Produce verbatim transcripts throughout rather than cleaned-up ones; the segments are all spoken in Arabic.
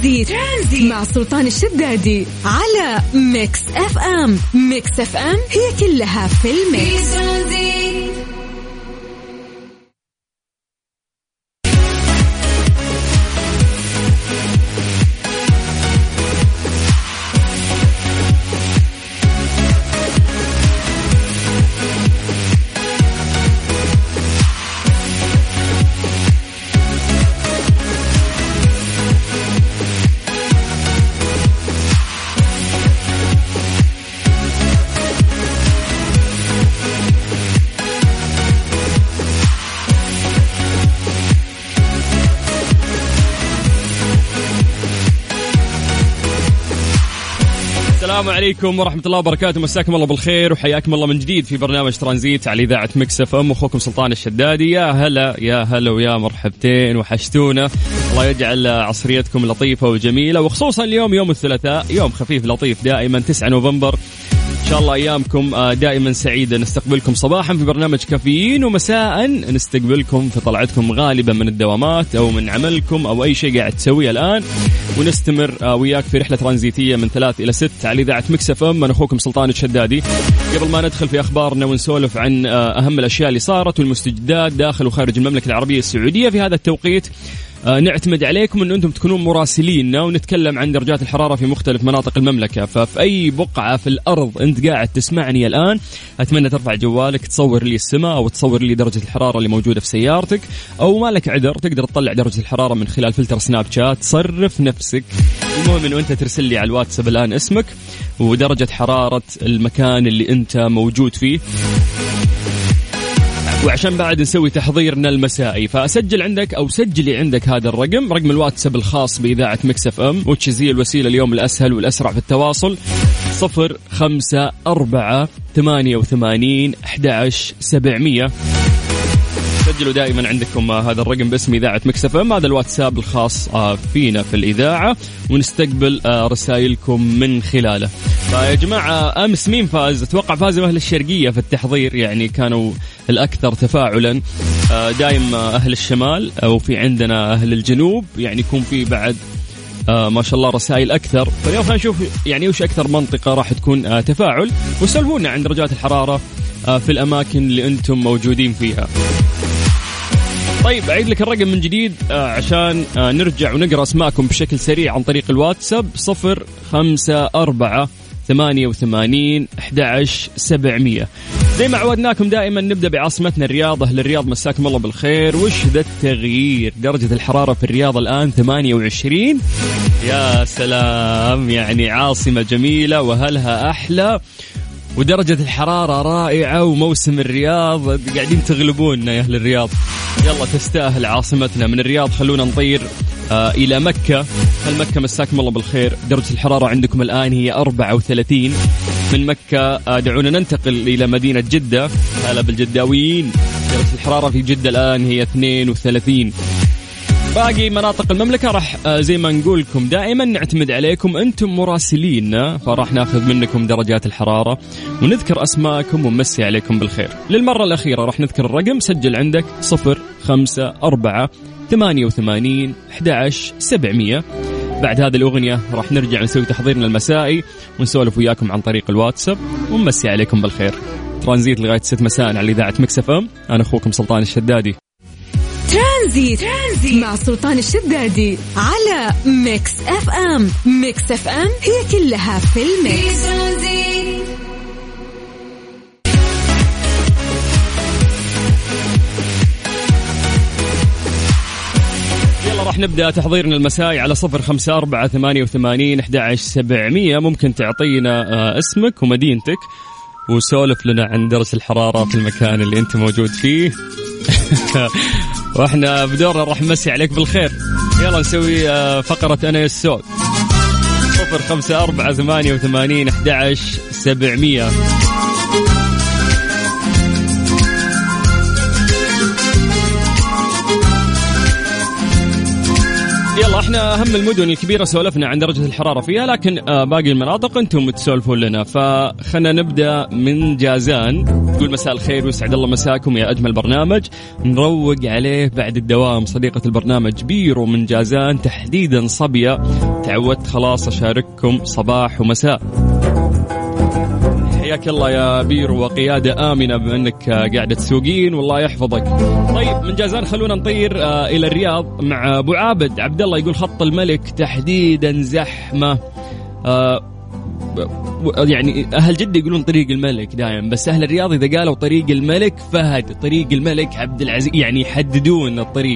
ترانزيت, ترانزيت مع سلطان الشدادي على ميكس اف ام. ميكس اف ام هي كلها في الميكس. السلام عليكم ورحمة الله وبركاته، مساكم الله بالخير وحياكم الله من جديد في برنامج ترانزيت على إذاعة ميكس اف ام. أخوكم سلطان الشدادي. يا هلا يا هلا ويا مرحبتين، وحشتونا. الله يجعل عصريتكم لطيفة وجميلة، وخصوصا اليوم يوم الثلاثاء، يوم خفيف لطيف دائما تسعة نوفمبر. إن شاء الله أيامكم دائما سعيدة. نستقبلكم صباحا في برنامج كافيين، ومساء نستقبلكم في طلعتكم غالبا من الدوامات أو من عملكم أو أي شيء قاعد تسويه الآن. ونستمر وياك في رحلة ترانزيتية من ثلاث إلى ست على إذاعة ميكس اف ام. أنا أخوكم سلطان الشدادي. قبل ما ندخل في أخبارنا ونسولف عن أهم الأشياء اللي صارت والمستجدات داخل وخارج المملكة العربية السعودية في هذا التوقيت، آه نعتمد عليكم أن أنتم تكونون مراسليننا، ونتكلم عن درجات الحرارة في مختلف مناطق المملكة. ففي أي بقعة في الأرض أنت قاعد تسمعني الآن، أتمنى ترفع جوالك تصور لي السماء أو تصور لي درجة الحرارة اللي موجودة في سيارتك، أو ما لك عذر تقدر تطلع درجة الحرارة من خلال فلتر سناب شات. صرف نفسك، المهم أنه أنت ترسل لي على الواتساب الآن اسمك ودرجة حرارة المكان اللي أنت موجود فيه، وعشان بعد نسوي تحضيرنا المسائي. فأسجل عندك أو سجلي عندك هذا الرقم، رقم الواتساب الخاص بإذاعة ميكس اف ام، وتشزي الوسيلة اليوم الأسهل والأسرع في التواصل، صفر خمسة أربعة ثمانية وثمانين أحد عشر سبعمية. سجلوا دائما عندكم هذا الرقم باسم إذاعة ميكس اف ام، هذا الواتساب الخاص فينا في الإذاعة، ونستقبل رسائلكم من خلاله. فيا جماعة، أمس مين فاز؟ أتوقع فاز أهل الشرقية في التحضير، يعني كانوا الأكثر تفاعلا. دائم أهل الشمال، أو في عندنا أهل الجنوب، يعني يكون في بعد ما شاء الله رسائل أكثر. فاليوم خلينا نشوف يعني وش أكثر منطقة راح تكون تفاعل، وسلفونا عن درجات الحرارة في الأماكن اللي أنتم موجودين فيها. طيب أعيد لك الرقم من جديد عشان نرجع ونقرأ اسماءكم بشكل سريع عن طريق الواتساب، صفر خمسة أربعة ثمانية وثمانين أحد عشر سبعمية. زي ما عودناكم دائما نبدأ بعاصمتنا الرياض. أهل الرياض مساكم الله بالخير. وش ذا التغيير؟ درجة الحرارة في الرياض الآن ثمانية وعشرين. يا سلام، يعني عاصمة جميلة وهلها أحلى، ودرجة الحرارة رائعة، وموسم الرياض قاعدين تغلبوننا يا أهل الرياض. يلا تستاهل عاصمتنا. من الرياض خلونا نطير آه إلى مكة. هل مكة مساكم الله بالخير؟ درجة الحرارة عندكم الآن هي أربعة وثلاثين. من مكة آه دعونا ننتقل إلى مدينة جدة. هلا بالجداويين. درجة الحرارة في جدة الآن هي اثنين وثلاثين. باقي مناطق المملكة راح آه زي ما نقولكم دائما نعتمد عليكم، أنتم مراسلين، فراح ناخذ منكم درجات الحرارة ونذكر أسماءكم ونمسي عليكم بالخير. للمرة الأخيرة راح نذكر الرقم، سجل عندك صفر خمسة أربعة ثمانية وثمانين أحد عشر سبعمية. بعد هذه الأغنية راح نرجع نسوي تحضيرنا المسائي ونسولف وياكم عن طريق الواتساب ونمسي عليكم بالخير. ترانزيت لغاية ست مساء على إذاعة ميكس اف ام. أنا أخوكم سلطان الشدادي. ترانزيت, ترانزيت مع سلطان الشدادي على ميكس اف ام. ميكس اف ام هي كلها في الميكس. يلا راح نبدأ تحضيرنا المسائي على صفر خمسة أربعة ثمانية وثمانين أحد عشر سبعمية. ممكن تعطينا اسمك ومدينتك وسولف لنا عن درجة الحرارة في المكان اللي أنت موجود فيه. واحنا بدورنا راح نمسي عليك بالخير. يلا نسوي فقرة أنا يا السود. صفر خمسة أربعة ثمانية وثمانين أحد عشر سبعمية. يلا احنا أهم المدن الكبيرة سولفنا عن درجة الحرارة فيها، لكن باقي المناطق انتم تسولفون لنا. فخلنا نبدأ من جازان. تقول مساء الخير ويسعد الله مساكم يا أجمل برنامج، نروق عليه بعد الدوام. صديقة البرنامج بيرو من جازان، تحديدا صبية، تعودت خلاص أشارككم صباح ومساء. حياك الله يا بير، وقيادة آمنة بأنك قاعدة تسوقين والله يحفظك. طيب من جازان خلونا نطير إلى الرياض مع أبو عابد عبد الله. يقول خط الملك تحديدا زحمة، يعني أهل جدة يقولون طريق الملك دائما، بس أهل الرياض إذا قالوا طريق الملك فهد، طريق الملك عبد العزيز، يعني يحددون الطريق.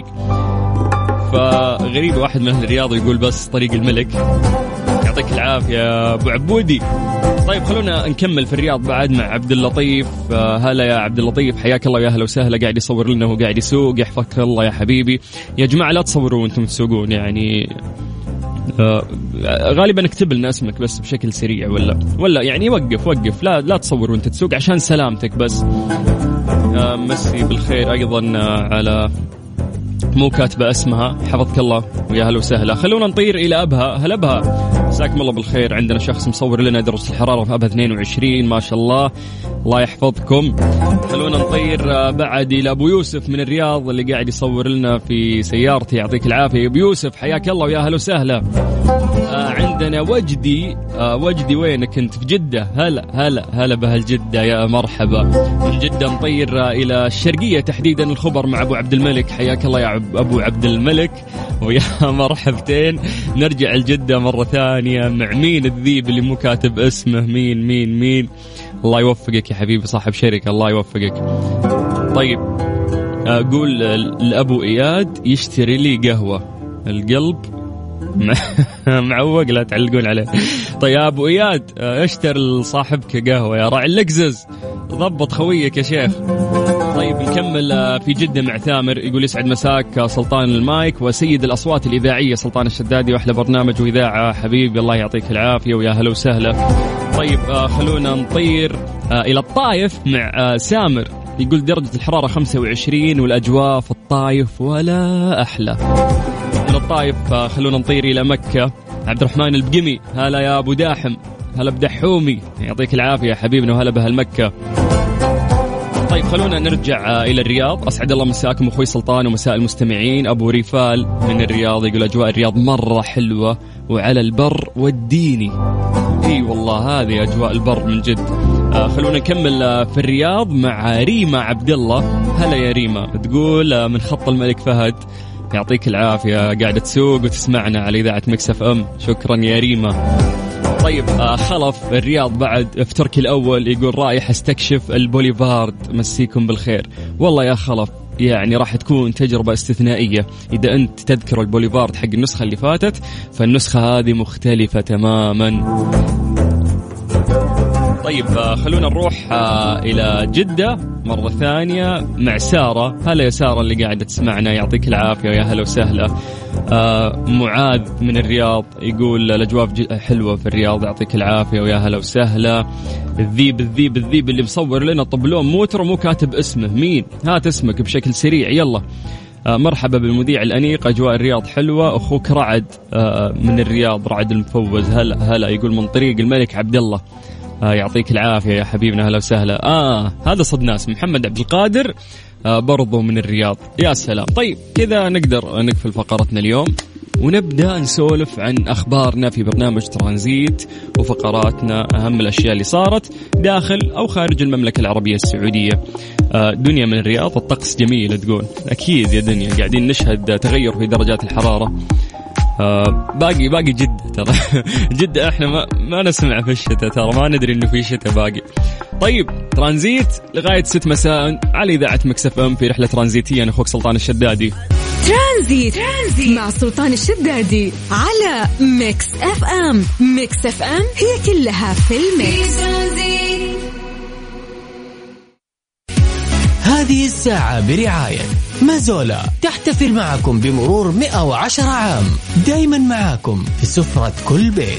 فغريب واحد من أهل الرياض يقول بس طريق الملك. يعطيك العافية يا أبو عبودي. طيب خلونا نكمل في الرياض بعد مع عبد اللطيف. هلا يا عبد اللطيف، حياك الله يا أهلا وسهلا. قاعد يصور لنا وهو قاعد يسوق، يحفظك الله يا حبيبي. يا جماعة لا تصوروا وانتم تسوقون، يعني آه غالبا اكتب لنا اسمك بس بشكل سريع، ولا ولا يعني وقف وقف لا لا تصور وانت تسوق عشان سلامتك بس. آه مسي بالخير ايضا على مو كاتبه اسمها، حفظك الله ويا هلا وسهلا. خلونا نطير الى ابها. هلا ابها، مساكم الله بالخير. عندنا شخص مصور لنا درجه الحراره في ابها اثنين وعشرين، ما شاء الله، الله يحفظكم. خلونا نطير بعد الى ابو يوسف من الرياض اللي قاعد يصور لنا في سيارتي. يعطيك العافيه ابو يوسف، حياك الله ويا هلا وسهلا. آه عندنا وجدي. آه وجدي وينك انت؟ في جده. هلا هلا هلا بهالجده، يا مرحبا. من جده نطير آه الى الشرقيه تحديدا الخبر مع ابو عبد الملك. حياك الله يا ابو عبد الملك ويا مرحبتين. نرجع الجده مره ثانيه مع مين الذيب اللي مو كاتب اسمه؟ مين مين مين الله يوفقك يا حبيبي، صاحب شركه، الله يوفقك. طيب اقول لابو اياد يشتري لي قهوه. القلب معوق لا تعلقون عليه. طيب يا ابو اياد اشتر لصاحبك قهوه يا راعي اللكزز، ضبط خويك يا شيخ. طيب نكمل في جدة مع ثامر. يقول يسعد مساك سلطان المايك وسيد الأصوات الإذاعية سلطان الشدادي، وأحلى برنامج وإذاعة حبيبي، الله يعطيك العافية ويا هلا وسهلا. طيب خلونا نطير إلى الطايف مع سامر. يقول درجة الحرارة خمسة وعشرين والأجواء في الطايف ولا أحلى. من الطايف خلونا نطير إلى مكة. عبد الرحمن البقمي، هلا يا أبو داحم، هلا بدحومي، يعطيك العافية حبيبنا وهلا بهالمكة. طيب خلونا نرجع إلى الرياض. أسعد الله مساكم أخوي سلطان ومساء المستمعين. أبو ريفال من الرياض يقول أجواء الرياض مرة حلوة وعلى البر والديني. إي والله هذه أجواء البر من جد. آه خلونا نكمل في الرياض مع ريما عبد الله. هلا يا ريما، تقول من خط الملك فهد، يعطيك العافية، قاعدة تسوق وتسمعنا على إذاعة ميكس اف ام. شكرا يا ريما. طيب آه خلف الرياض بعد في تركي الأول يقول رايح استكشف البوليفارد، مسيكم بالخير. والله يا خلف يعني راح تكون تجربة استثنائية. إذا أنت تذكر البوليفارد حق النسخة اللي فاتت، فالنسخة هذه مختلفة تماما. طيب آه خلونا نروح آه إلى جدة مرة ثانية مع سارة. هلا يا سارة اللي قاعدة تسمعنا، يعطيك العافية ويا هلا وسهلا. آه معاذ من الرياض يقول الأجواء حلوة في الرياض، يعطيك العافية ويا هلا وسهلا. الذيب الذيب الذيب اللي مصور لنا طبلون موتر ومو كاتب اسمه، مين؟ هات اسمك بشكل سريع يلا. آه مرحبا بالمذيع الأنيق، أجواء الرياض حلوة. أخوك رعد آه من الرياض، رعد المفوز، هلا هلا. يقول من طريق الملك عبد الله. آه يعطيك العافية يا حبيبنا، هلا وسهلا. آه هذا صد ناس. محمد عبد القادر آه برضو من الرياض، يا سلام. طيب كذا نقدر نقفل فقرتنا اليوم ونبدأ نسولف عن أخبارنا في برنامج ترانزيت وفقراتنا، أهم الأشياء اللي صارت داخل أو خارج المملكة العربية السعودية. آه دنيا من الرياض، الطقس جميل تقول. أكيد يا دنيا، قاعدين نشهد تغير في درجات الحرارة. آه باقي باقي جدة ترى. جدة احنا ما, ما نسمع في الشتاء ترى، ما ندري انه في شتاء باقي. طيب ترانزيت لغاية ست مساء على إذاعة ميكس اف ام في رحلة ترانزيتية. أنا أخوك سلطان الشدادي. ترانزيت. ترانزيت مع سلطان الشدادي على ميكس اف ام. ميكس اف ام هي كلها في الميكس. هذه الساعة برعاية مازولا، تحتفل معكم بمرور مئة وعشرة عام، دايما معكم في سفرة كل بيت.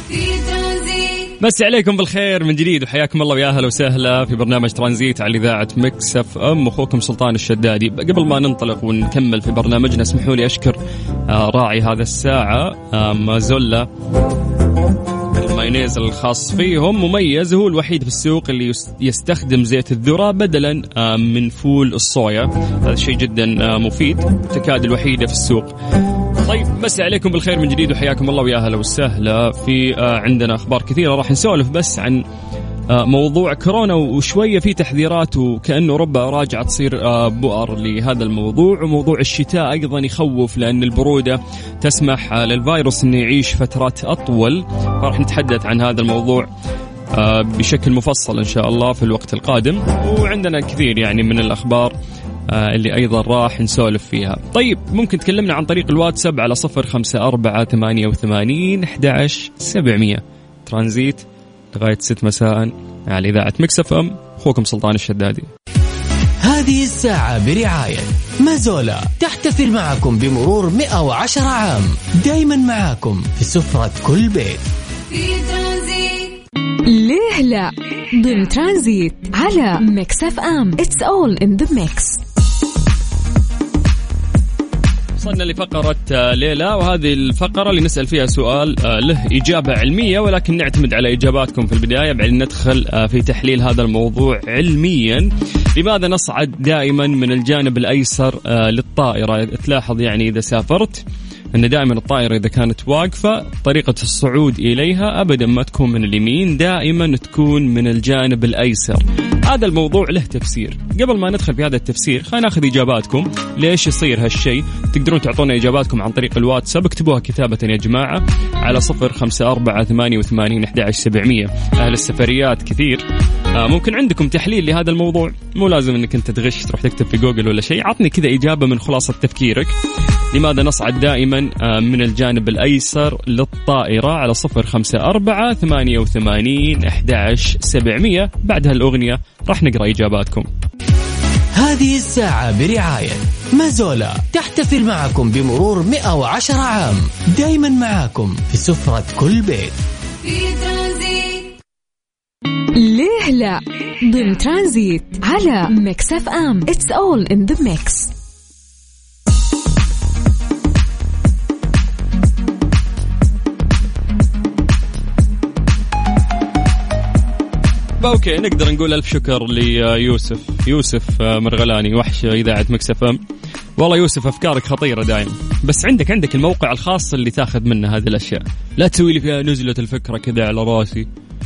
مسي عليكم بالخير من جديد وحياكم الله ويا اهلا وسهلا في برنامج ترانزيت على إذاعة ميكس اف ام. اخوكم سلطان الشدادي. قبل ما ننطلق ونكمل في برنامجنا اسمحوا لي اشكر راعي هذا الساعة مازولا، المايونيز الخاص فيهم مميز، هو الوحيد في السوق اللي يستخدم زيت الذرة بدلا من فول الصويا. هذا شيء جدا مفيد، تكاد الوحيدة في السوق. طيب مساء عليكم بالخير من جديد وحياكم الله ويا أهلا وسهلا في آه عندنا أخبار كثيرة. راح نسولف بس عن آه موضوع كورونا وشوية في تحذيرات وكأنه ربما راجعة تصير آه بؤر لهذا الموضوع. وموضوع الشتاء أيضا يخوف لأن البرودة تسمح آه للفيروس أنه يعيش فترات أطول. فراح نتحدث عن هذا الموضوع آه بشكل مفصل إن شاء الله في الوقت القادم. وعندنا كثير يعني من الأخبار آه اللي أيضا راح نسولف فيها. طيب ممكن تكلمنا عن طريق الواتساب على صفر خمسة أربعة ثمانية وثمانين أحد عشر سبعمية. ترانزيت لغاية ست مساء على إذاعة ميكس اف ام. أخوكم سلطان الشدادي. هذه الساعة برعاية مازولا، تحتفل معكم بمرور مئة وعشرة عام، دايما معكم في سفرة كل بيت. ليه لا ضمن ترانزيت على ميكس اف ام. It's all in the mix. وصلنا لفقرة ليلى، وهذه الفقرة اللي نسأل فيها سؤال له إجابة علمية ولكن نعتمد على إجاباتكم في البداية بعدين ندخل في تحليل هذا الموضوع علميا. لماذا نصعد دائما من الجانب الأيسر للطائرة؟ تلاحظ يعني إذا سافرت أن دائما الطائرة إذا كانت واقفة طريقة الصعود إليها أبدا ما تكون من اليمين، دائما تكون من الجانب الأيسر. هذا الموضوع له تفسير. قبل ما ندخل في هذا التفسير خلينا ناخذ إجاباتكم ليش يصير هالشيء. تقدرون تعطونا إجاباتكم عن طريق الواتساب، اكتبوها كتابة يا جماعة على صفر خمسة أربعة ثمانية وثمانين أحد عشر سبعمية. أهل السفريات كثير آه ممكن عندكم تحليل لهذا الموضوع، مو لازم أنك أنت تغش تروح تكتب في جوجل ولا شيء. عطني كذا إجابة من خلاصة تفكيرك. لماذا نصعد دائما من الجانب الأيسر للطائرة على صفر خمسة أربعة ثمانية وثمانين أحد عشر سبعمية. بعد هالأغنية راح نقرأ إجاباتكم. هذه الساعة برعاية مازولا، تحتفل معكم بمرور مئة وعشرة عام، دايما معكم في سفرة كل بيت. ليه لا ضمن ترانزيت على ميكس اف ام. It's all in the mix. اوكي نقدر نقول الف شكر ليوسف يوسف مرغلاني وحش اذاعه ميكس اف ام. والله يوسف افكارك خطيره دائما، بس عندك عندك الموقع الخاص اللي تاخذ منه هذه الاشياء. لا تسوي لي فيها نزلت الفكره كذا على راسي.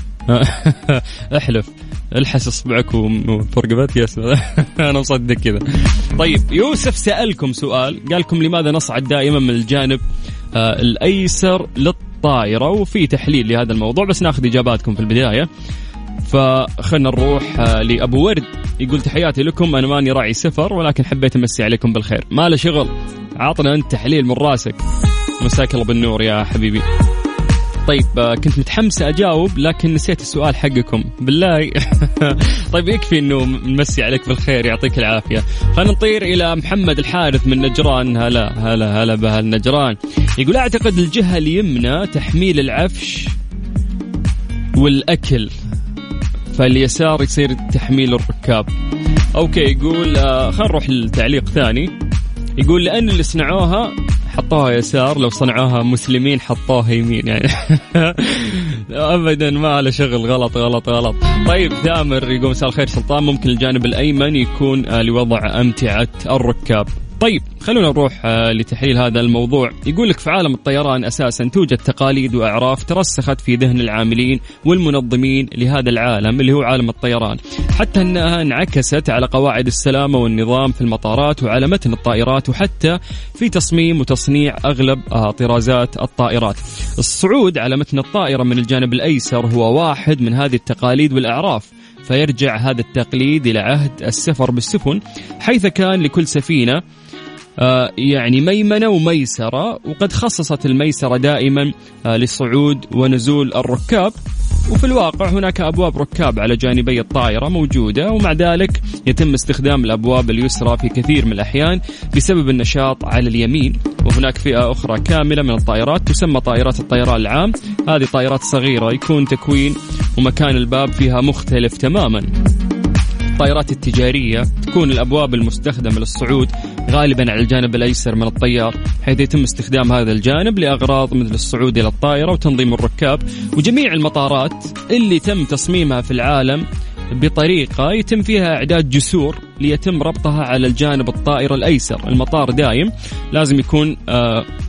احلف الحس اصبعك وفرقبت يا سلام. انا مصدق كذا. طيب يوسف سالكم سؤال، قال لكم لماذا نصعد دائما من الجانب آه الايسر للطائره، وفي تحليل لهذا الموضوع بس ناخذ اجاباتكم في البدايه. فخلنا نروح لأبو ورد، يقول تحياتي لكم، أنا ماني راعي سفر ولكن حبيت أمسي عليكم بالخير. ما له شغل، عاطنا أنت تحليل من راسك. مساك الله بالنور يا حبيبي. طيب كنت متحمس أجاوب لكن نسيت السؤال حقكم بالله. طيب يكفي أنه نمسي عليك بالخير، يعطيك العافية. خلينا نطير إلى محمد الحارث من نجران. هلا هلا هلا بهالنجران. يقول أعتقد الجهة اليمنى تحميل العفش والأكل، فاليسار يصير تحميل الركاب. أوكي يقول آه خلينا نروح للتعليق ثاني. يقول لأن اللي صنعوها حطوها يسار، لو صنعوها مسلمين حطوها يمين يعني. أبدا ما على شغل، غلط غلط غلط. طيب ثامر يقول مساء الخير سلطان، ممكن الجانب الأيمن يكون آه لوضع أمتعة الركاب. طيب خلونا نروح لتحليل هذا الموضوع. يقول لك في عالم الطيران أساسا توجد تقاليد وأعراف ترسخت في ذهن العاملين والمنظمين لهذا العالم اللي هو عالم الطيران، حتى أنها انعكست على قواعد السلامة والنظام في المطارات وعلى متن الطائرات وحتى في تصميم وتصنيع أغلب طرازات الطائرات. الصعود على متن الطائرة من الجانب الأيسر هو واحد من هذه التقاليد والأعراف، فيرجع هذا التقليد إلى عهد السفر بالسفن، حيث كان لكل سفينة آه يعني ميمنة وميسرة، وقد خصصت الميسرة دائما آه للصعود ونزول الركاب. وفي الواقع هناك أبواب ركاب على جانبي الطائرة موجودة، ومع ذلك يتم استخدام الأبواب اليسرى في كثير من الأحيان بسبب النشاط على اليمين. وهناك فئة أخرى كاملة من الطائرات تسمى طائرات الطيران العام. هذه طائرات صغيرة يكون تكوين ومكان الباب فيها مختلف تماما. الطائرات التجارية تكون الأبواب المستخدمة للصعود غالبا على الجانب الأيسر من الطيار، حيث يتم استخدام هذا الجانب لأغراض مثل الصعود إلى الطائرة وتنظيم الركاب. وجميع المطارات اللي تم تصميمها في العالم بطريقة يتم فيها إعداد جسور ليتم ربطها على الجانب الطائرة الأيسر. المطار دائم لازم يكون آه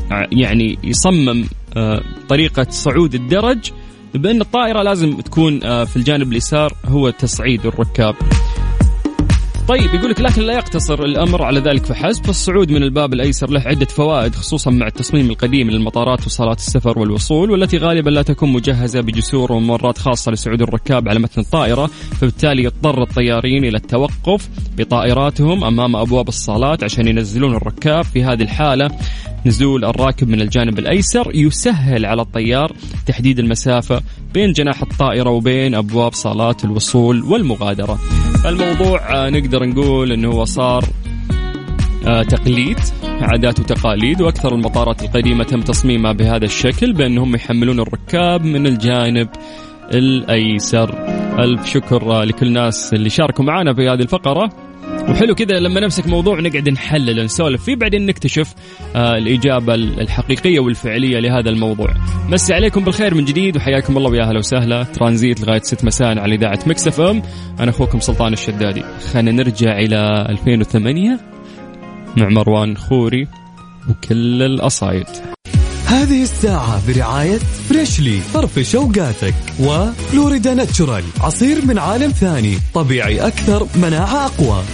يعني يصمم طريقة صعود الدرج بأن الطائرة لازم تكون في الجانب اليسار هو تصعيد الركاب. طيب يقولك لكن لا يقتصر الأمر على ذلك فحسب، فالصعود من الباب الأيسر له عدة فوائد، خصوصا مع التصميم القديم للمطارات وصالات السفر والوصول، والتي غالبا لا تكون مجهزة بجسور وممرات خاصة لصعود الركاب على متن الطائرة، فبالتالي يضطر الطيارين إلى التوقف بطائراتهم أمام أبواب الصالات عشان ينزلون الركاب. في هذه الحالة نزول الراكب من الجانب الأيسر يسهل على الطيار تحديد المسافة بين جناح الطائرة وبين أبواب صالات الوصول والمغادرة. الموضوع نقدر نقول أنه هو صار تقليد، عادات وتقاليد، وأكثر المطارات القديمة تم تصميمها بهذا الشكل بأنهم يحملون الركاب من الجانب الأيسر. ألف شكر لكل الناس اللي شاركوا معنا في هذه الفقرة، وحلو كذا لما نمسك موضوع نقعد نحلل نسولف فيه بعدين نكتشف آه الإجابة الحقيقية والفعلية لهذا الموضوع. مسي عليكم بالخير من جديد وحياكم الله ويا أهلا وسهلا. ترانزيت لغاية ست مساء على إذاعة ميكس اف ام. أنا أخوكم سلطان الشدادي. خلينا نرجع إلى ألفين وثمانية مع مروان خوري وكل الأصايد. هذه الساعة برعاية فريشلي، فرفش أوقاتك، وفلوريدا ناتشورال، عصير من عالم ثاني، طبيعي أكثر، مناعة أقوى.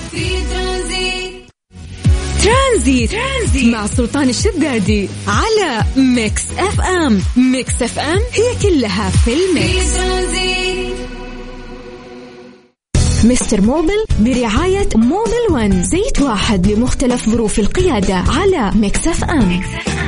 ترانزيت. ترانزيت مع سلطان الشدادي على ميكس اف ام. ميكس اف ام هي كلها في الميكس. مستر موبل برعاية موبل ون، زيت واحد لمختلف ظروف القيادة على ميكس اف ام.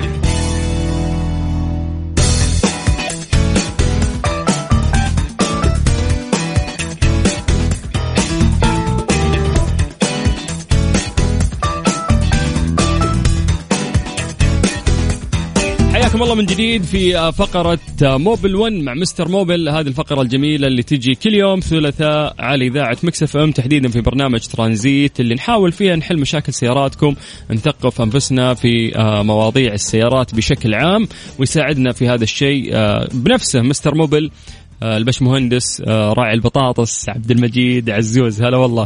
حياكم الله من جديد في فقرة موبل ون مع مستر موبل. هذه الفقرة الجميلة اللي تجي كل يوم ثلاثاء على إذاعة ميكس اف ام، تحديدا في برنامج ترانزيت اللي نحاول فيها نحل مشاكل سياراتكم، نثقف أنفسنا في مواضيع السيارات بشكل عام، ويساعدنا في هذا الشيء بنفسه مستر موبل البش مهندس راعي البطاطس عبد المجيد عزوز. هلا والله.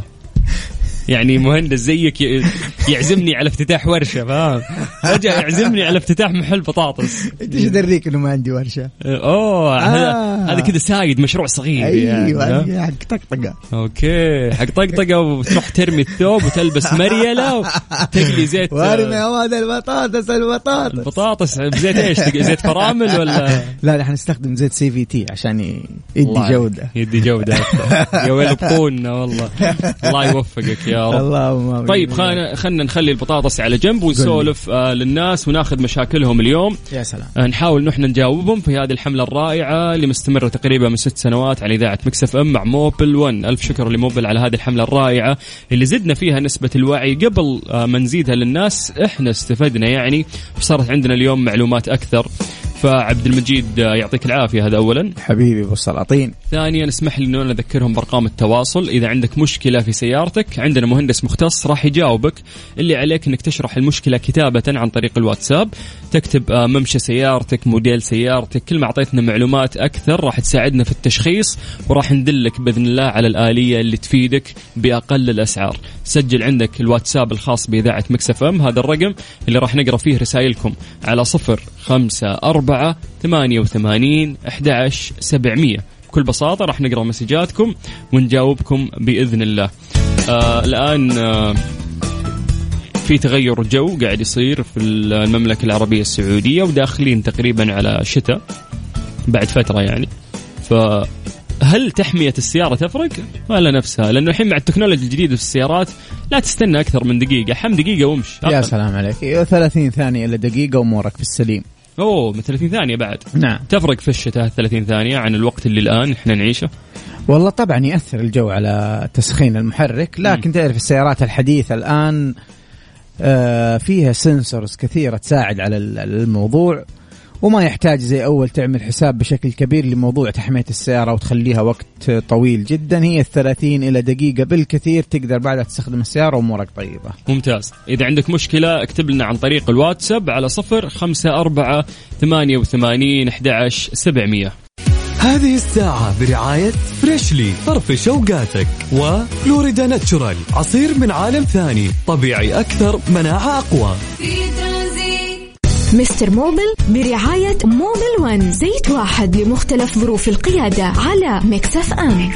يعني مهندس زيك يعزمني على افتتاح ورشة، فاهم؟ فجأة يعزمني على افتتاح محل بطاطس. ايش دريك انه ما عندي ورشة؟ اوه هذا آه. هذا كذا سايد مشروع صغير. ايوه يعني. حق طقطقة. اوكي حق طقطقة، وتروح ترمي الثوب وتلبس مريلة وتقلي زيت. وارمي هذا البطاطس البطاطس البطاطس بزيت ايش؟ زيت فرامل ولا؟ لا نحن نستخدم زيت سي في تي عشان يدي جودة. يدي جودة. يا ويل بطوننا والله. الله يوفقك يا رب. طيب خلينا خلينا نخلي البطاطس على جنب ونسولف آه للناس وناخذ مشاكلهم اليوم. يا سلام. آه نحاول نحن نجاوبهم في هذه الحملة الرائعة اللي مستمرة تقريبا من ست سنوات على إذاعة ميكس اف ام مع موبل ون. ألف شكر لموبل على هذه الحملة الرائعة اللي زدنا فيها نسبة الوعي. قبل آه ما نزيدها للناس احنا استفدنا يعني، وصارت عندنا اليوم معلومات أكثر. فعبد المجيد يعطيك العافية، هذا أولا حبيبي بالسلاطين. ثانيا اسمح لي أنه أنا أذكرهم بأرقام التواصل. إذا عندك مشكلة في سيارتك عندنا مهندس مختص راح يجاوبك. اللي عليك أنك تشرح المشكلة كتابة عن طريق الواتساب، تكتب ممشى سيارتك، موديل سيارتك، كل ما أعطيتنا معلومات أكثر راح تساعدنا في التشخيص، وراح ندلك بإذن الله على الآلية اللي تفيدك بأقل الأسعار. سجل عندك الواتساب الخاص بإذاعة ميكس اف ام، هذا الرقم اللي راح نقرأ فيه رسائلكم على صفر خمسة أربعة ثمانية وثمانين أحد عشر سبعمية. بكل بساطة راح نقرأ مسجاتكم ونجاوبكم بإذن الله. آه الآن آه في تغير جو قاعد يصير في المملكة العربية السعودية، وداخلين تقريبا على شتاء بعد فترة يعني. فهل تحمية السيارة تفرق ولا نفسها؟ لأنه الحين مع التكنولوجيا الجديدة في السيارات لا تستنى أكثر من دقيقة، حم دقيقة ومش يا سلام عليك. ثلاثين ثانية إلى دقيقة وأمورك في السليم. أوه من ثلاثين ثانية بعد. نعم. تفرق في الشتاء ثلاثين ثانية عن الوقت اللي الآن إحنا نعيشه؟ والله طبعا يأثر الجو على تسخين المحرك، لكن م. تعرف السيارات الحديثة الآن آه فيها سنسورز كثيرة تساعد على الموضوع، وما يحتاج زي أول تعمل حساب بشكل كبير لموضوع تحمية السيارة وتخليها وقت طويل جدا. هي الثلاثين إلى دقيقة بالكثير تقدر بعدها تستخدم السيارة وأمورك طيبة. ممتاز. إذا عندك مشكلة اكتب لنا عن طريق الواتساب على صفر خمسة أربعة ثمانية وثمانين أحد عشر سبعمية. هذه الساعة برعاية فريشلي، فرفش أوقاتك، وفلوريدا ناتشورال، عصير من عالم ثاني، طبيعي أكثر، مناعة أقوى. مستر موبل برعاية موبل ون، زيت واحد لمختلف ظروف القيادة على ميكس اف ام.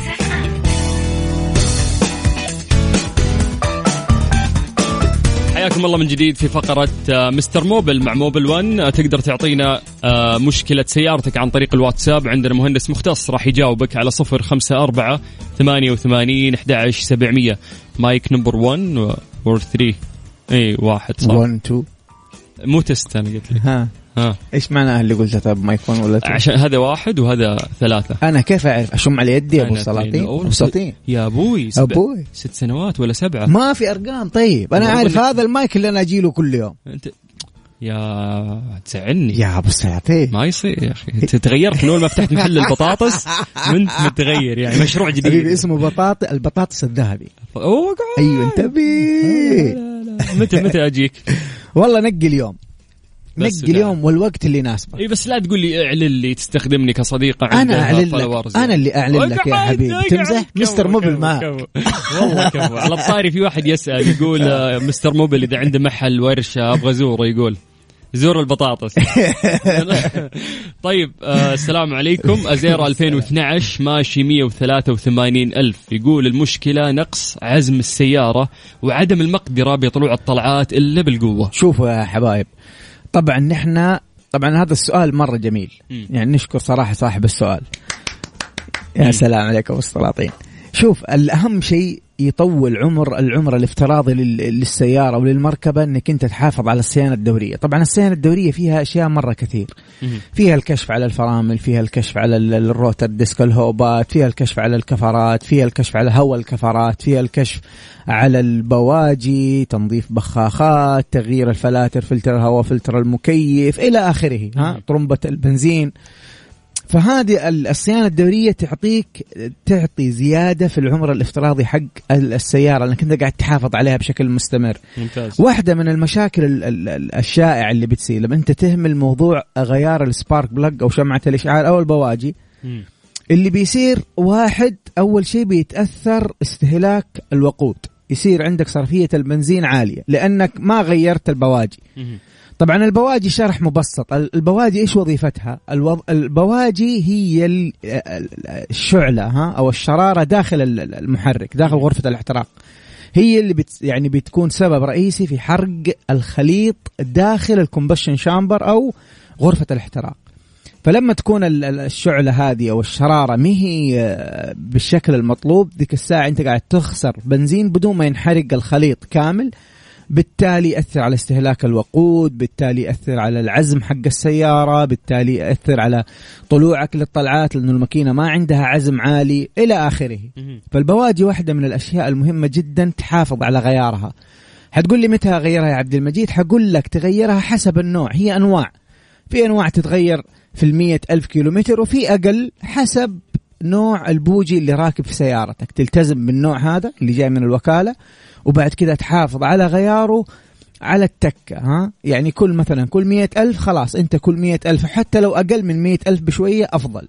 حياكم الله من جديد في فقرة مستر موبل مع موبل ون. تقدر تعطينا مشكلة سيارتك عن طريق الواتساب، عندنا مهندس مختص راح يجاوبك على صفر خمسة أربعة ثمانية وثمانين أحد عشر سبعمية. مايك نمبر ون و ثري اي واحد صح ون تو مو تست انا قلت لك. ها ها ايش معناه اللي قلته؟ طب مايكون ولا تو؟ عشان هذا واحد وهذا ثلاثة. انا كيف اعرف؟ اشم على يدي ابو سلاطين ابو سلاطين يا ابوي سب... ابوي ست سنوات ولا سبعة ما في ارقام. طيب انا عارف هذا المايك اللي انا اجيله كل يوم. انت يا تزعلني يا ابو سلاطين، ما يصير يا اخي. انت تغيرت من اول ما فتحت محل البطاطس وانت متغير، يعني مشروع جديد اسمه بطاطس البطاطس الذهبي. اوه ايوه انتبه. متى متى اجيك؟ والله نقي اليوم نقي اليوم والوقت اللي يناسبك. اي بس لا تقول لي اعلن لي تستخدمني كصديقة. انا اعلن لك، انا اللي اعلن لك يا حبيبي. تمزح مستر موبل ما والله كفو. على الطاري في واحد يسأل يقول مستر موبل اذا عنده محل ورشة ابغى زوره، يقول زور البطاطس. طيب آه السلام عليكم. أزيرو ألفين واثناشر ماشي مية وثلاثة وثمانين ألف. يقول المشكلة نقص عزم السيارة وعدم المقدرة بطلوع الطلعات إلا بالقوة. شوفوا يا حبايب، طبعا نحن طبعا هذا السؤال مرة جميل، م. يعني نشكر صراحة صاحب السؤال. يا م. سلام عليكم السلاطين. شوف الأهم شيء يطول عمر العمر الافتراضي للسيارة وللمركبة انك انت تحافظ على الصيانة الدورية. طبعا الصيانة الدورية فيها اشياء مرة كثير، فيها الكشف على الفرامل، فيها الكشف على الروتر ديسك الهوبات، فيها الكشف على الكفرات، فيها الكشف على هواء الكفرات، فيها الكشف على البواجي، تنظيف بخاخات، تغيير الفلاتر، فلتر الهواء، فلتر المكيف الى اخره، ها طرمبة البنزين. فهذه الصيانة الدورية تعطيك تعطي زيادة في العمر الافتراضي حق السيارة لأنك أنت قاعد تحافظ عليها بشكل مستمر. ممتاز. واحدة من المشاكل الشائعة اللي بتصير لما أنت تهمل موضوع غيار السبارك بلاج أو شمعة الإشعال أو البواجي، م. اللي بيصير واحد أول شيء بيتأثر استهلاك الوقود، يصير عندك صرفية البنزين عالية لأنك ما غيرت البواجي. م. طبعا البواجي شرح مبسط. البواجي ايش وظيفتها؟ البواجي هي الشعلة ها او الشرارة داخل المحرك داخل غرفة الاحتراق، هي اللي بت يعني بتكون سبب رئيسي في حرق الخليط داخل الكومبشن شامبر او غرفة الاحتراق. فلما تكون الشعلة هذه او الشرارة ما هي بالشكل المطلوب، ذيك الساعة انت قاعد تخسر بنزين بدون ما ينحرق الخليط كامل، بالتالي يأثر على استهلاك الوقود، بالتالي يأثر على العزم حق السيارة، بالتالي يأثر على طلوعك للطلعات لأنه الماكينة ما عندها عزم عالي إلى آخره. فالبواجي واحدة من الأشياء المهمة جدا تحافظ على غيارها. حتقول لي متى غيرها يا عبد المجيد؟ حقول لك تغيرها حسب النوع. هي أنواع، في أنواع تتغير في المية ألف كيلومتر وفي أقل حسب نوع البوجي اللي راكب في سيارتك. تلتزم بالنوع هذا اللي جاي من الوكالة وبعد كده تحافظ على غياره على التكة. ها يعني كل مثلا كل مية ألف خلاص أنت كل مية ألف، حتى لو أقل من مية ألف بشوية أفضل،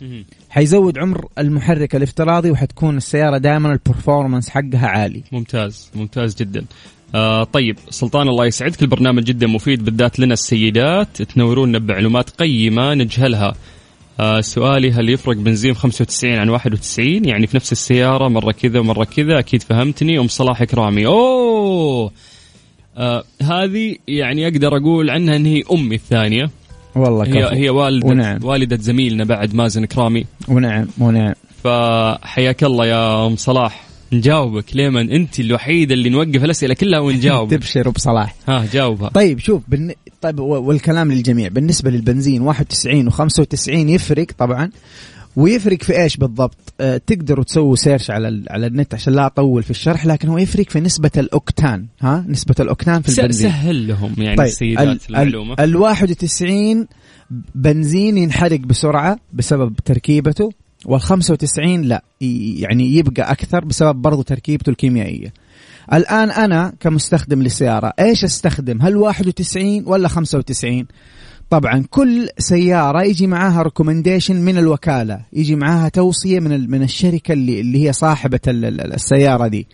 حيزود عمر المحرك الافتراضي وحتكون السيارة دائما البرفورمانس حقها عالي. ممتاز ممتاز جدا. آه طيب سلطان الله يسعدك، البرنامج جدا مفيد بالذات لنا السيدات، تنورونا بمعلومات قيمة نجهلها. آه سؤالي هل يفرق بنزين خمسة وتسعين عن واحد وتسعين؟ يعني في نفس السيارة مرة كذا ومرة كذا؟ أكيد فهمتني. أم صلاح إكرامي. أوه آه هذه يعني أقدر أقول عنها أن هي أمي الثانية والله. هي, هي والدة, ونعم. والدة زميلنا بعد مازن إكرامي. ونعم ونعم. فحياك الله يا أم صلاح، نجاوبك ليمن، أنت الوحيدة اللي نوقف الأسئلة كلها ونجاوب. تبشر بصلاح. ها جاوبها. طيب شوف بالن... طيب والكلام للجميع بالنسبة للبنزين واحد وتسعين وخمسة وتسعين يفرق طبعا، ويفرق في إيش بالضبط؟ أه تقدروا تسووا سيرش على ال... على النت عشان لا أطول في الشرح، لكن هو يفرق في نسبة الأوكتان. ها نسبة الأوكتان في البنزين. سهل لهم يعني. طيب السيدات ال... المعلومة. ال... الواحد وتسعين بنزين ينحرق بسرعة بسبب تركيبته، والخمسة وتسعين لا يعني يبقى أكثر بسبب برضو تركيبته الكيميائية. الآن أنا كمستخدم للسيارة إيش استخدم؟ هل واحد وتسعين ولا خمسة وتسعين؟ طبعا كل سيارة يجي معاها ريكومنديشن من الوكالة، يجي معاها توصية من من الشركة اللي اللي هي صاحبة السيارة دي،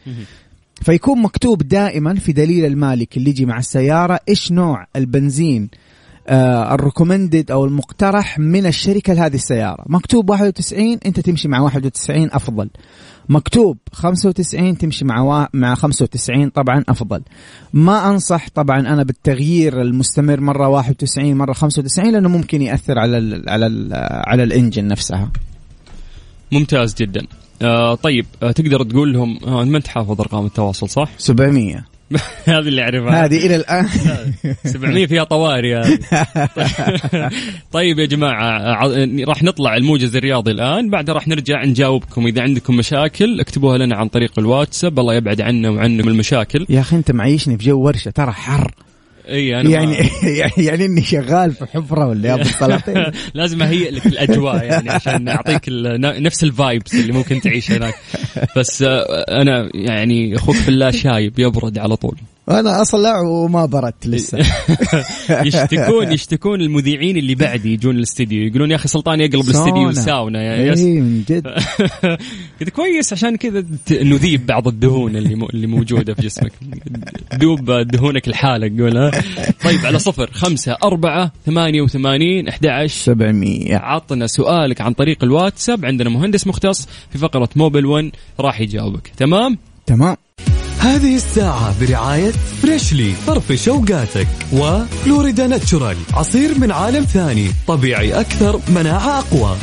فيكون مكتوب دائما في دليل المالك اللي يجي مع السيارة إيش نوع البنزين آه الريكومندد أو المقترح من الشركة لهذه السيارة. مكتوب واحد وتسعين أنت تمشي مع واحد وتسعين أفضل، مكتوب خمسة وتسعين تمشي مع وا... مع خمسة وتسعين طبعا أفضل. ما أنصح طبعا أنا بالتغيير المستمر مرة واحد وتسعين مرة خمسة وتسعين لأنه ممكن يأثر على ال... على ال... على الإنجن نفسها. ممتاز جدا. آه طيب آه تقدر تقول لهم آه ما انت حافظ ارقام التواصل صح؟ سبعمية هذه اللي اعرفها هذه الى الان. سبعمية فيها طوارئ هذه. طيب يا جماعه راح نطلع الموجز الرياضي الان، بعدها راح نرجع نجاوبكم. اذا عندكم مشاكل اكتبوها لنا عن طريق الواتساب، الله يبعد عنا وعنكم المشاكل. يا اخي انت معيشني في جو ورشه، ترى حر. اي انا يعني يعني يعني اني شغال في حفره ولا يا ابو السلاطين. لازم اهيئ لك الاجواء يعني عشان اعطيك نفس الفايبس اللي ممكن تعيش هناك. بس انا يعني اخوك في الله شايب يبرد على طول. انا اصلع وما بردت لسه. يشتكون يشتكون المذيعين اللي بعدي يجون الاستديو يقولون يا اخي سلطان يقلب الاستديو ساونا يا يس. اي من جد. كذا كويس عشان كذا نذيب بعض الدهون اللي اللي موجوده في جسمك، دوب دهونك الحالة قولها. طيب على صفر خمسة أربعة ثمانية وثمانين أحد عشر سبعمية عطنا سؤالك عن طريق الواتساب. عندنا مهندس مختص في فقرة موبل ون راح يجاوبك. تمام تمام. هذه الساعة برعاية فريشلي، طرف شوقاتك، وفلوريدا ناتشورال، عصير من عالم ثاني، طبيعي أكثر، مناعة أقوى.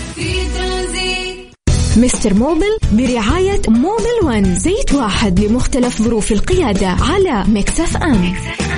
مستر موبل برعاية موبل ون، زيت واحد لمختلف ظروف القيادة على ميكس اف ام.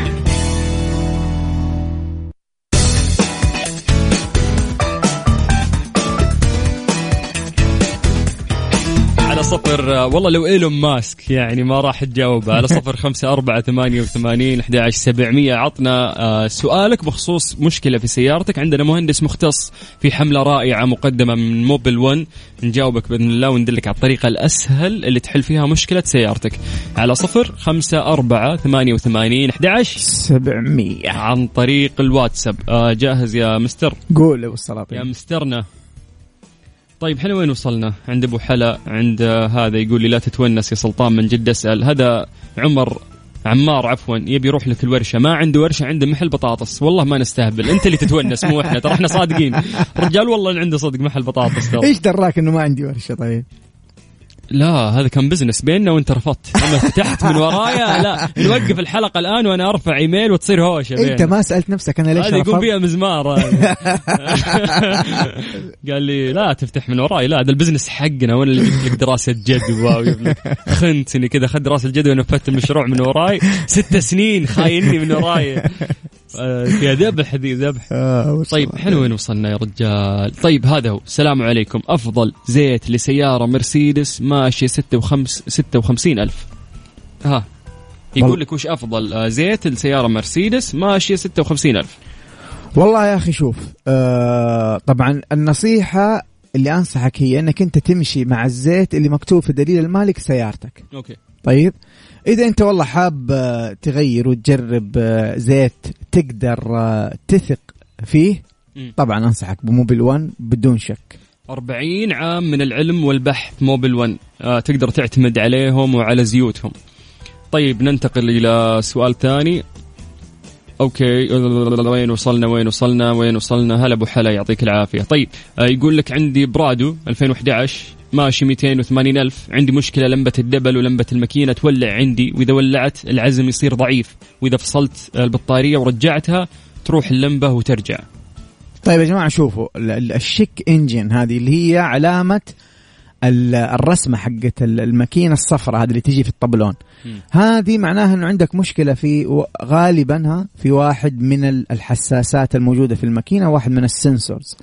على صفر والله لو إيلون ماسك يعني ما راح تجاوب. على صفر خمسة أربعة ثمانية وثمانين أحد عشر سبعمية عطنا سؤالك بخصوص مشكلة في سيارتك. عندنا مهندس مختص في حملة رائعة مقدمة من موبل ون، نجاوبك بإذن الله وندلك على الطريقة الأسهل اللي تحل فيها مشكلة سيارتك. على صفر خمسة أربعة ثمانية وثمانين أحد عشر سبعمية عن طريق الواتساب. جاهز يا مستر؟ قول أبو السلاطين يا مسترنا. طيب احنا وين وصلنا؟ عند ابو حلا، عند هذا يقول لي لا تتونس يا سلطان من جد اسال. هذا عمر عمار عفوا يبي يروح لك الورشه، ما عنده ورشه، عنده محل بطاطس. والله ما نستهبل، انت اللي تتونس مو احنا، ترى احنا صادقين. رجال والله عنده صدق محل بطاطس. ايش دراك انه ما عندي ورشه؟ طيب لا هذا كان بزنس بيننا وانت رفضت. اما فتحت من ورايا لا نوقف الحلقه الان وانا ارفع ايميل وتصير هوشه بيننا. انت ما سالت نفسك انا ليش هذا يقول بيها مزمار. قال لي لا تفتح من وراي، لا هذا البزنس حقنا وانا اللي جبت لك دراسه جدوى وجبت لك خنتني كذا، خد دراسه الجدوى ونفذت المشروع من وراي ست سنين خايني من وراي. يا ذبح ذي ذبح. طيب حلو وين وصلنا يا رجال؟ طيب هذا هو. السلام عليكم. أفضل زيت لسيارة مرسيدس ماشي ستة وخمس ستة وخمسين ألف. ها يقول لك وش أفضل زيت لسيارة مرسيدس ماشي ستة وخمسين ألف. والله يا أخي شوف آه طبعا النصيحة اللي أنصحك هي أنك أنت تمشي مع الزيت اللي مكتوب في دليل المالك سيارتك. أوكي. طيب إذا أنت والله حاب تغير وتجرب زيت تقدر تثق فيه طبعا أنصحك بموبل ون بدون شك. أربعين عام من العلم والبحث موبل ون، آه تقدر تعتمد عليهم وعلى زيوتهم. طيب ننتقل إلى سؤال ثاني. أوكي وين وصلنا وين وصلنا وين وصلنا هلا أبو حلا يعطيك العافية. طيب آه يقول لك عندي برادو ألفين وأحد عشر ماشي مئتين وثمانين ألف، عندي مشكلة لمبة الدبل ولمبة الماكينة تولع عندي، وإذا ولعت العزم يصير ضعيف، وإذا فصلت البطارية ورجعتها تروح اللمبة وترجع. طيب يا جماعة شوفوا الشيك انجن هذه اللي هي علامة الرسمة حقت الماكينة الصفراء هذه اللي تيجي في الطبلون، هذه معناها أنه عندك مشكلة في غالبا في واحد من الحساسات الموجودة في الماكينة، واحد من السنسورز.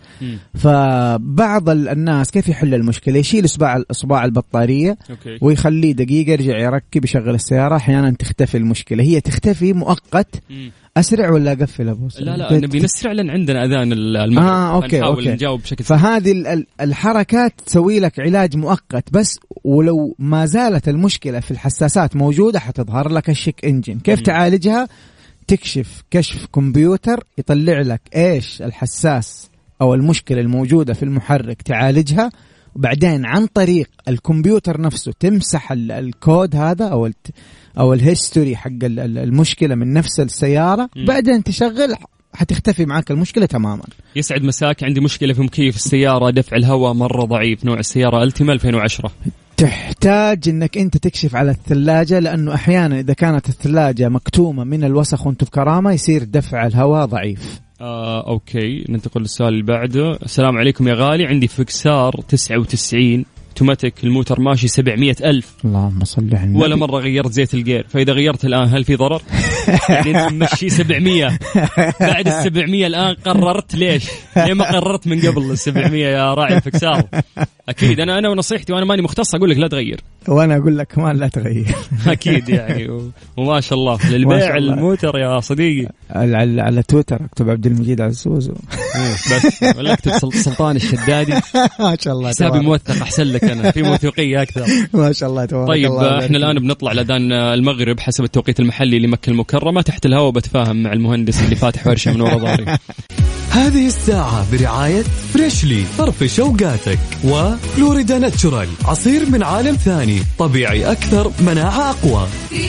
فبعض الناس كيف يحل المشكلة؟ يشيل إصبع إصبع البطارية أوكي. ويخليه دقيقة يرجع يركب يشغل السيارة. أحيانا تختفي المشكلة، هي تختفي مؤقت. مم. أسرع ولا أقفل أبو؟ لا لا نبي نسرع لأن عندنا أذان المغرب. آه أوكي أوكي. نجاوب بشكل فهذه الحركات تسوي لك علاج مؤقت بس، ولو ما زالت المشكلة في الحساسات موجودة حتظهر لك الشيك انجن. كيف م. تعالجها؟ تكشف كشف كمبيوتر يطلع لك إيش الحساس أو المشكلة الموجودة في المحرك، تعالجها، وبعدين عن طريق الكمبيوتر نفسه تمسح الكود هذا أو الت... أو الهيستوري حق المشكلة من نفس السيارة. م. بعدين تشغل حتختفي معك المشكلة تماما. يسعد مساك، عندي مشكلة في مكيف السيارة، دفع الهواء مرة ضعيف، نوع السيارة ألتيما ألفين وعشرة. تحتاج انك انت تكشف على الثلاجة، لانه احيانا اذا كانت الثلاجة مكتومة من الوسخ وانتم في كرامة يصير دفع الهواء ضعيف. آه، أوكي، ننتقل للسؤال اللي بعده. السلام عليكم يا غالي، عندي فكسار تسعة وتسعين اوتوماتيك، الموتر ماشي سبعمية ألف، اللهم صل على النبي، ولا مرة غيرت زيت الجير، فإذا غيرت الآن هل في ضرر؟ يعني أنت مشي سبعمية، بعد السبعمية الآن قررت ليش؟ ليه ما قررت من قبل السبعمية يا راعي الفكسار؟ أكيد أنا أنا ونصيحتي وأنا ماني مختص أقول لك لا تغير، وأنا أقول لك كمان لا تغير. أكيد يعني و... وما شاء الله للبيع الموتر يا صديقي. على على تويتر اكتب عبد المجيد عزوز بس، ولا اكتب سلطان الشدادي. ما شاء الله، حسابي موثق، أحسن لك أنا في موثوقية أكثر. ما شاء الله تبارك طيب الله. احنا الآن بنطلع لأذان المغرب حسب التوقيت المحلي لمكة المكرمة، تحت الهواء بتفاهم مع المهندس اللي فاتح ورشة من ورا ظهري. هذه الساعة برعاية فريشلي، طرف شوقاتك، وفلوريدا ناتشورال، عصير من عالم ثاني، طبيعي أكثر، مناعة أقوى.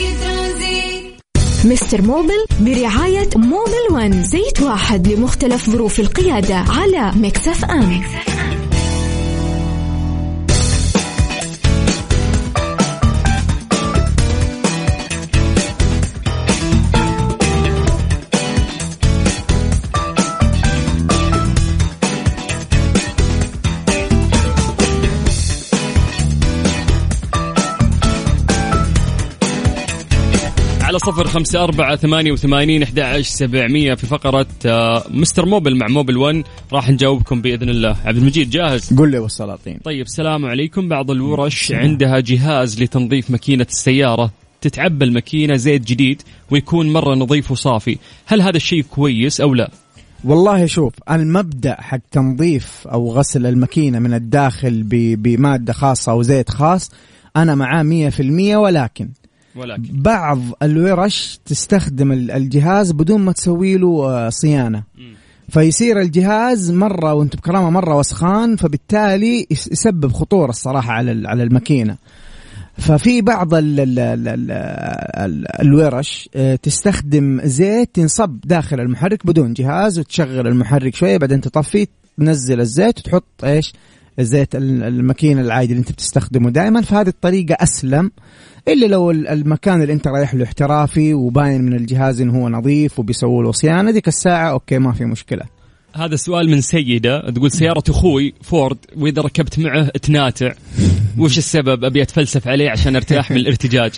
مستر موبل برعاية موبل ون، زيت واحد لمختلف ظروف القيادة، على ميكس اف ام. على صفر خمسة أربعة ثمانية وثمانين أحد عشر سبعمية في فقرة مستر موبل مع موبل ون، راح نجاوبكم بإذن الله. عبد المجيد جاهز؟ قل لي والسلاطين. طيب، السلام عليكم. بعض الورش عندها جهاز لتنظيف ماكينة السيارة، تتعبى الماكينة زيت جديد ويكون مرة نظيف وصافي، هل هذا الشيء كويس أو لا؟ والله شوف، المبدأ حق تنظيف أو غسل الماكينة من الداخل بمادة خاصة أو زيت خاص أنا معاه مية في المية، ولكن ولكن بعض الورش تستخدم الجهاز بدون ما تسوي له صيانة، فيصير الجهاز مرة وانت بكرامة مرة وسخان، فبالتالي يسبب خطورة الصراحة على على الماكينة. ففي بعض ال ال ال ال ال الورش تستخدم زيت ينصب داخل المحرك بدون جهاز، وتشغل المحرك شوية بعدين تطفي، تنزل الزيت وتحط ايش الزيت الماكينة العادي اللي انت بتستخدمه دائما. فهذه الطريقة أسلم، إلا لو المكان اللي انت رايح له احترافي وباين من الجهاز إنه هو نظيف وبيسوي له صيانة، ديك الساعة أوكي ما في مشكلة. هذا سؤال من سيدة تقول سيارة أخوي فورد وإذا ركبت معه تناتع، وش السبب؟ أبي أتفلسف عليه عشان أرتاح من الارتجاج.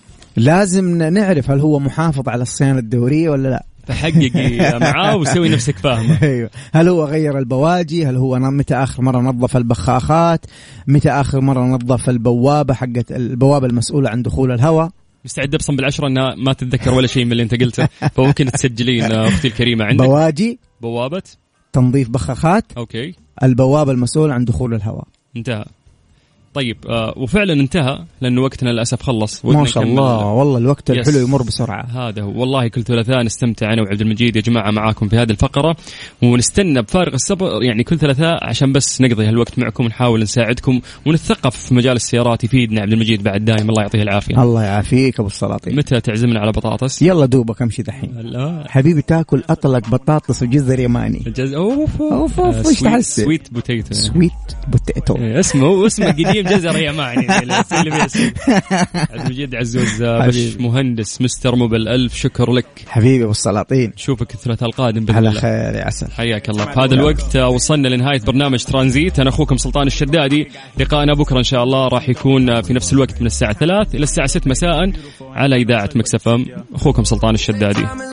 لازم نعرف هل هو محافظ على الصيانة الدورية ولا لا. فحققي معاه وسوي نفسك فاهمة. أيوة. هل هو غير البواجي؟ هل هو متى آخر مرة نظف البخاخات؟ متى آخر مرة نظف البوابة حقت البوابة المسؤولة عن دخول الهواء؟ مستعد أبصم بالعشرة أنها ما تتذكر ولا شيء من اللي أنت قلته، فممكن تسجلين أختي الكريمة. عندك بواجي، بوابة، تنظيف بخاخات، أوكي، البوابة المسؤولة عن دخول الهواء. انتهى. طيب آه وفعلا انتهى لأنه وقتنا للأسف خلص. ما شاء الله، والله الوقت الحلو يمر بسرعة. هذا هو، والله كل ثلاثاء نستمتع أنا وعبد المجيد يا جماعة معاكم في هذه الفقرة، ونستنى بفارغ الصبر يعني كل ثلاثاء عشان بس نقضي هالوقت معكم ونحاول نساعدكم ونتثقف في مجال السيارات. يفيدنا عبد المجيد بعد دايم، الله يعطيه العافية. الله يعافيك أبو السلاطين. متى تعزمنا على بطاطس؟ يلا دوبك أمشي دحين. حبيبي تاكل أطلق بطاطس وجزر يماني. الجز... أوف أوف أوف إيش تحس؟ سويت بوتيتو. سويت بوتيتو. اسمه اسمه قديم جزر يماني. عبد المجيد عزوز بش مهندس مستر موبل، ألف شكر لك حبيبي أبو السلاطين. نشوفك الثلاثاء القادم بإذن على الله. خير يا عسل. حياك الله. في هذا الوقت وصلنا لنهاية برنامج ترانزيت، أنا أخوكم سلطان الشدادي. لقاءنا بكرة إن شاء الله راح يكون في نفس الوقت من الساعة ثلاث إلى الساعة ست مساء على إذاعة مكس اف ام. أخوكم سلطان الشدادي.